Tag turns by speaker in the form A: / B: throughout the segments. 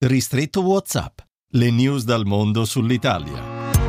A: Ristretto WhatsApp. Le news dal mondo sull'Italia.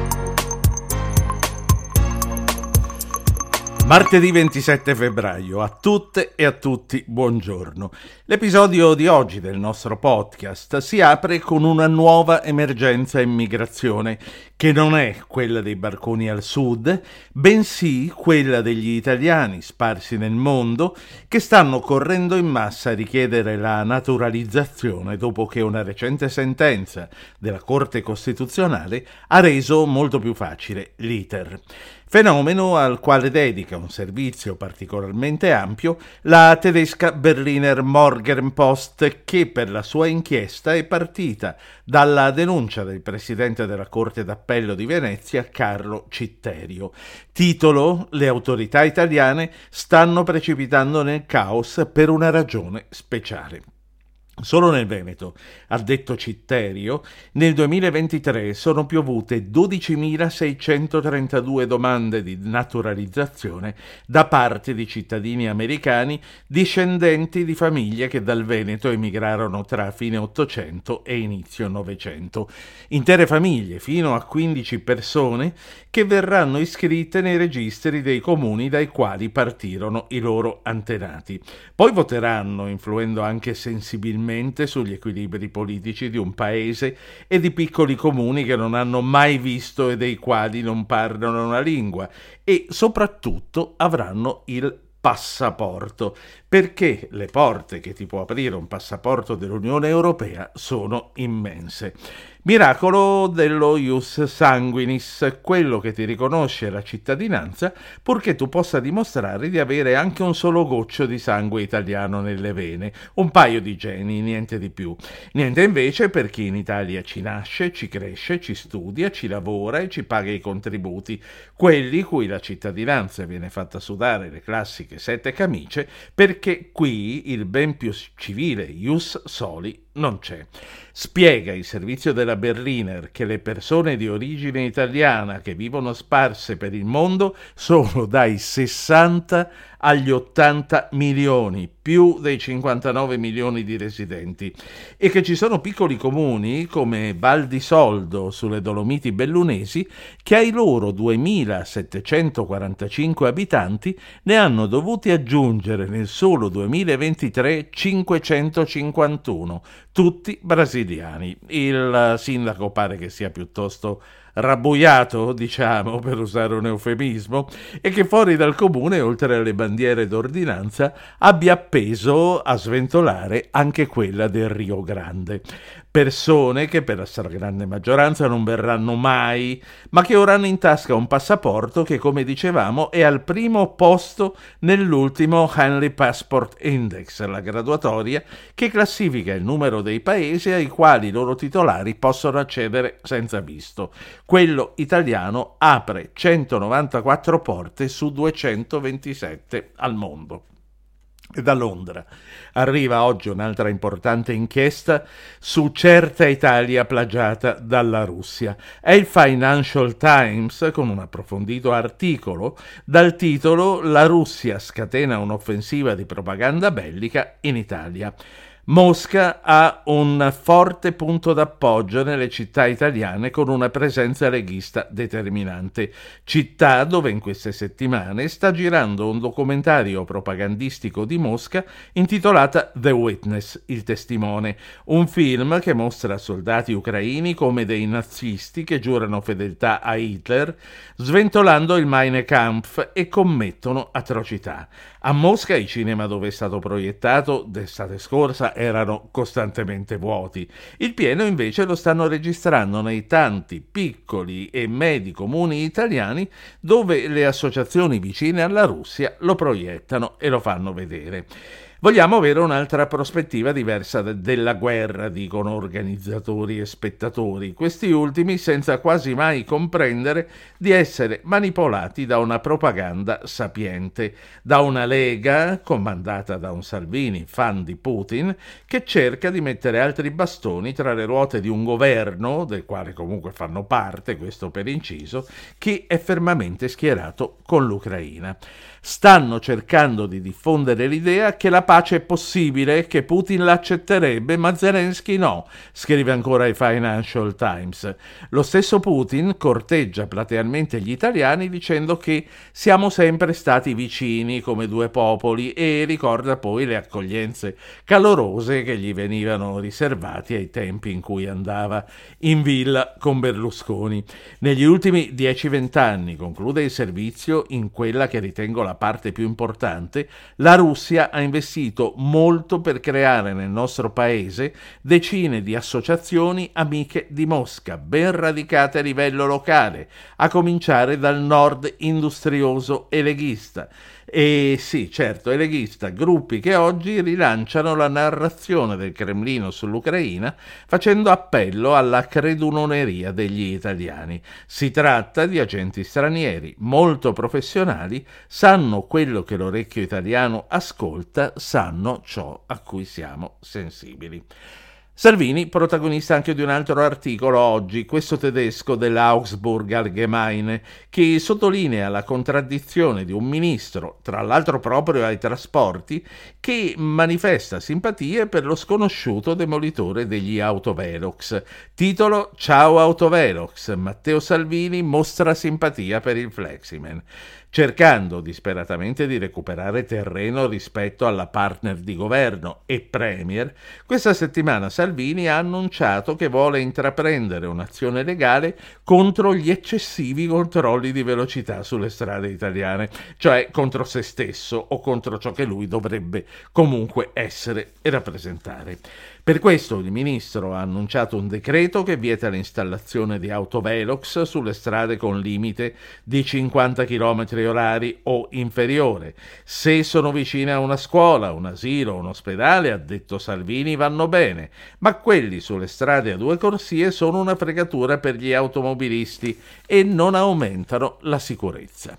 B: Martedì 27 febbraio, a tutte e a tutti buongiorno. L'episodio di oggi del nostro podcast si apre con una nuova emergenza immigrazione, che non è quella dei barconi al sud, bensì quella degli italiani sparsi nel mondo che stanno correndo in massa a richiedere la naturalizzazione dopo che una recente sentenza della Corte Costituzionale ha reso molto più facile l'iter. Fenomeno al quale dedica un servizio particolarmente ampio la tedesca Berliner Morgenpost, che per la sua inchiesta è partita dalla denuncia del presidente della Corte d'Appello di Venezia, Carlo Citterio. Titolo: le autorità italiane stanno precipitando nel caos per una ragione speciale. Solo nel Veneto, ha detto Citterio, nel 2023 sono piovute 12.632 domande di naturalizzazione da parte di cittadini americani discendenti di famiglie che dal Veneto emigrarono tra fine 800 e inizio 900. Intere famiglie, fino a 15 persone, che verranno iscritte nei registri dei comuni dai quali partirono i loro antenati. Poi voteranno, influendo anche sensibilmente sugli equilibri politici di un paese e di piccoli comuni che non hanno mai visto e dei quali non parlano una lingua, e soprattutto avranno il passaporto, perché le porte che ti può aprire un passaporto dell'Unione Europea sono immense. Miracolo dello ius sanguinis, quello che ti riconosce la cittadinanza purché tu possa dimostrare di avere anche un solo goccio di sangue italiano nelle vene, un paio di geni, niente di più. Niente invece per chi in Italia ci nasce, ci cresce, ci studia, ci lavora e ci paga i contributi, quelli cui la cittadinanza viene fatta sudare le classiche 7 camicie, perché qui il ben più civile ius soli non c'è. Spiega il servizio della Berliner che le persone di origine italiana che vivono sparse per il mondo sono dai 60 agli 80 milioni, più dei 59 milioni di residenti, e che ci sono piccoli comuni come Val di Soldo sulle Dolomiti Bellunesi che ai loro 2.745 abitanti ne hanno dovuti aggiungere nel solo 2023 551, tutti brasiliani. Il sindaco pare che sia piuttosto rabbuiato, diciamo, per usare un eufemismo, e che fuori dal comune, oltre alle bandiere d'ordinanza, abbia appeso a sventolare anche quella del Rio Grande. Persone che per la stragrande maggioranza non verranno mai, ma che ora hanno in tasca un passaporto che, come dicevamo, è al primo posto nell'ultimo Henley Passport Index, la graduatoria che classifica il numero dei paesi ai quali i loro titolari possono accedere senza visto. Quello italiano apre 194 porte su 227 al mondo. E da Londra arriva oggi un'altra importante inchiesta su certa Italia plagiata dalla Russia. È il Financial Times con un approfondito articolo dal titolo «La Russia scatena un'offensiva di propaganda bellica in Italia». Mosca ha un forte punto d'appoggio nelle città italiane con una presenza leghista determinante, città dove in queste settimane sta girando un documentario propagandistico di Mosca intitolata The Witness, il testimone, un film che mostra soldati ucraini come dei nazisti che giurano fedeltà a Hitler, sventolando il Mein Kampf e commettono atrocità. A Mosca i cinema dove è stato proiettato d'estate scorsa erano costantemente vuoti. Il pieno invece lo stanno registrando nei tanti piccoli e medi comuni italiani dove le associazioni vicine alla Russia lo proiettano e lo fanno vedere. Vogliamo avere un'altra prospettiva diversa della guerra, dicono organizzatori e spettatori, questi ultimi senza quasi mai comprendere di essere manipolati da una propaganda sapiente, da una Lega, comandata da un Salvini, fan di Putin, che cerca di mettere altri bastoni tra le ruote di un governo, del quale comunque fanno parte, questo per inciso, che è fermamente schierato con l'Ucraina. Stanno cercando di diffondere l'idea che la pace è possibile, che Putin l'accetterebbe, ma Zelensky no, scrive ancora il Financial Times. Lo stesso Putin corteggia platealmente gli italiani dicendo che siamo sempre stati vicini come due popoli e ricorda poi le accoglienze calorose che gli venivano riservati ai tempi in cui andava in villa con Berlusconi. Negli ultimi 10-20 anni, conclude il servizio, in quella che ritengo la parte più importante, la Russia ha investito molto per creare nel nostro paese decine di associazioni amiche di Mosca, ben radicate a livello locale, a cominciare dal nord industrioso e leghista. E sì, certo, è leghista, gruppi che oggi rilanciano la narrazione del Cremlino sull'Ucraina facendo appello alla creduloneria degli italiani. Si tratta di agenti stranieri, molto professionali, sanno quello che l'orecchio italiano ascolta, sanno ciò a cui siamo sensibili. Salvini, protagonista anche di un altro articolo oggi, questo tedesco dell'Augsburg Allgemeine, che sottolinea la contraddizione di un ministro, tra l'altro proprio ai trasporti, che manifesta simpatie per lo sconosciuto demolitore degli autovelox. Titolo: Ciao autovelox, Matteo Salvini mostra simpatia per il Fleximan. Cercando disperatamente di recuperare terreno rispetto alla partner di governo e premier, questa settimana Salvini ha annunciato che vuole intraprendere un'azione legale contro gli eccessivi controlli di velocità sulle strade italiane, cioè contro se stesso o contro ciò che lui dovrebbe comunque essere e rappresentare. Per questo il ministro ha annunciato un decreto che vieta l'installazione di autovelox sulle strade con limite di 50 km/h o inferiore. Se sono vicine a una scuola, un asilo o un ospedale, ha detto Salvini, vanno bene, ma quelli sulle strade a due corsie sono una fregatura per gli automobilisti e non aumentano la sicurezza.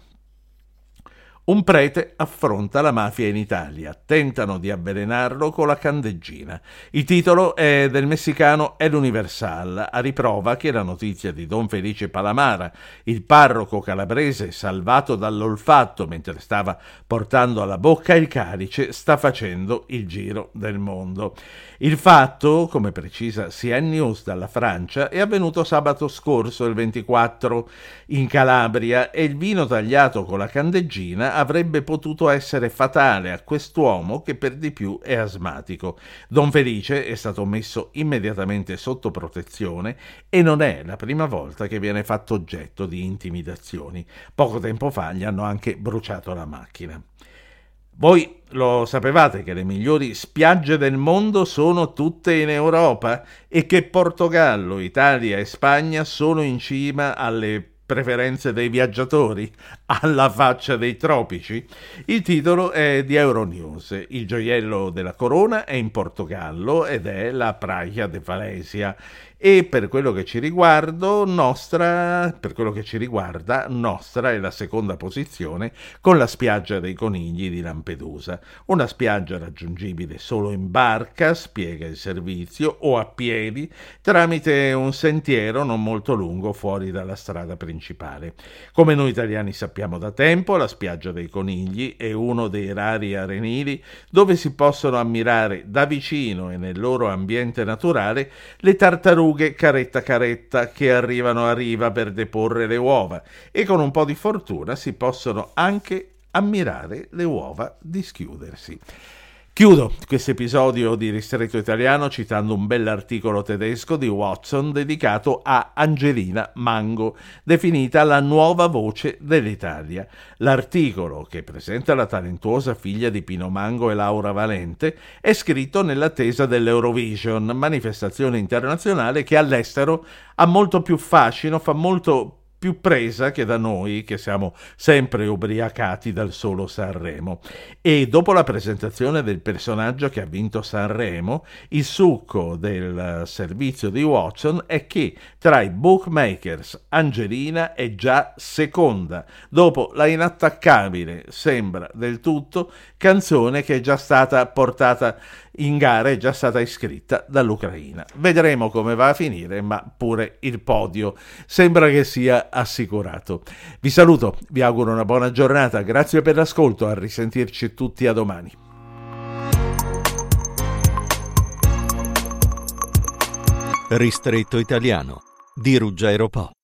B: Un prete affronta la mafia in Italia, tentano di avvelenarlo con la candeggina. Il titolo è del messicano El Universal, a riprova che la notizia di Don Felice Palamara, il parroco calabrese salvato dall'olfatto mentre stava portando alla bocca il calice, sta facendo il giro del mondo. Il fatto, come precisa CN News dalla Francia, è avvenuto sabato scorso, il 24, in Calabria, e il vino tagliato con la candeggina avrebbe potuto essere fatale a quest'uomo che per di più è asmatico. Don Felice è stato messo immediatamente sotto protezione e non è la prima volta che viene fatto oggetto di intimidazioni. Poco tempo fa gli hanno anche bruciato la macchina. Voi lo sapevate che le migliori spiagge del mondo sono tutte in Europa e che Portogallo, Italia e Spagna sono in cima alle preferenze dei viaggiatori, alla faccia dei tropici? Il titolo è di Euronews. Il gioiello della corona è in Portogallo ed è la Praia de Falesia. E per quello che ci riguarda, nostra è la seconda posizione con la spiaggia dei Conigli di Lampedusa, una spiaggia raggiungibile solo in barca, spiega il servizio, o a piedi tramite un sentiero non molto lungo fuori dalla strada principale. Come noi italiani sappiamo da tempo, la spiaggia dei Conigli è uno dei rari arenili dove si possono ammirare da vicino e nel loro ambiente naturale le tartarughe caretta caretta che arrivano a riva per deporre le uova, e con un po' di fortuna si possono anche ammirare le uova dischiudersi. Chiudo questo episodio di Ristretto Italiano citando un bell'articolo tedesco di Watson dedicato a Angelina Mango, definita la nuova voce dell'Italia. L'articolo, che presenta la talentuosa figlia di Pino Mango e Laura Valente, è scritto nell'attesa dell'Eurovision, manifestazione internazionale che all'estero ha molto più fascino, fa molto più presa che da noi, che siamo sempre ubriacati dal solo Sanremo. E dopo la presentazione del personaggio che ha vinto Sanremo, il succo del servizio di Watson è che tra i bookmakers Angelina è già seconda, dopo la inattaccabile, sembra del tutto, canzone che è già stata portata in gara, è già stata iscritta dall'Ucraina. Vedremo come va a finire, ma pure il podio sembra che sia assicurato. Vi saluto, vi auguro una buona giornata, grazie per l'ascolto, a risentirci tutti a domani.
A: Ristretto Italiano di Ruggero Po.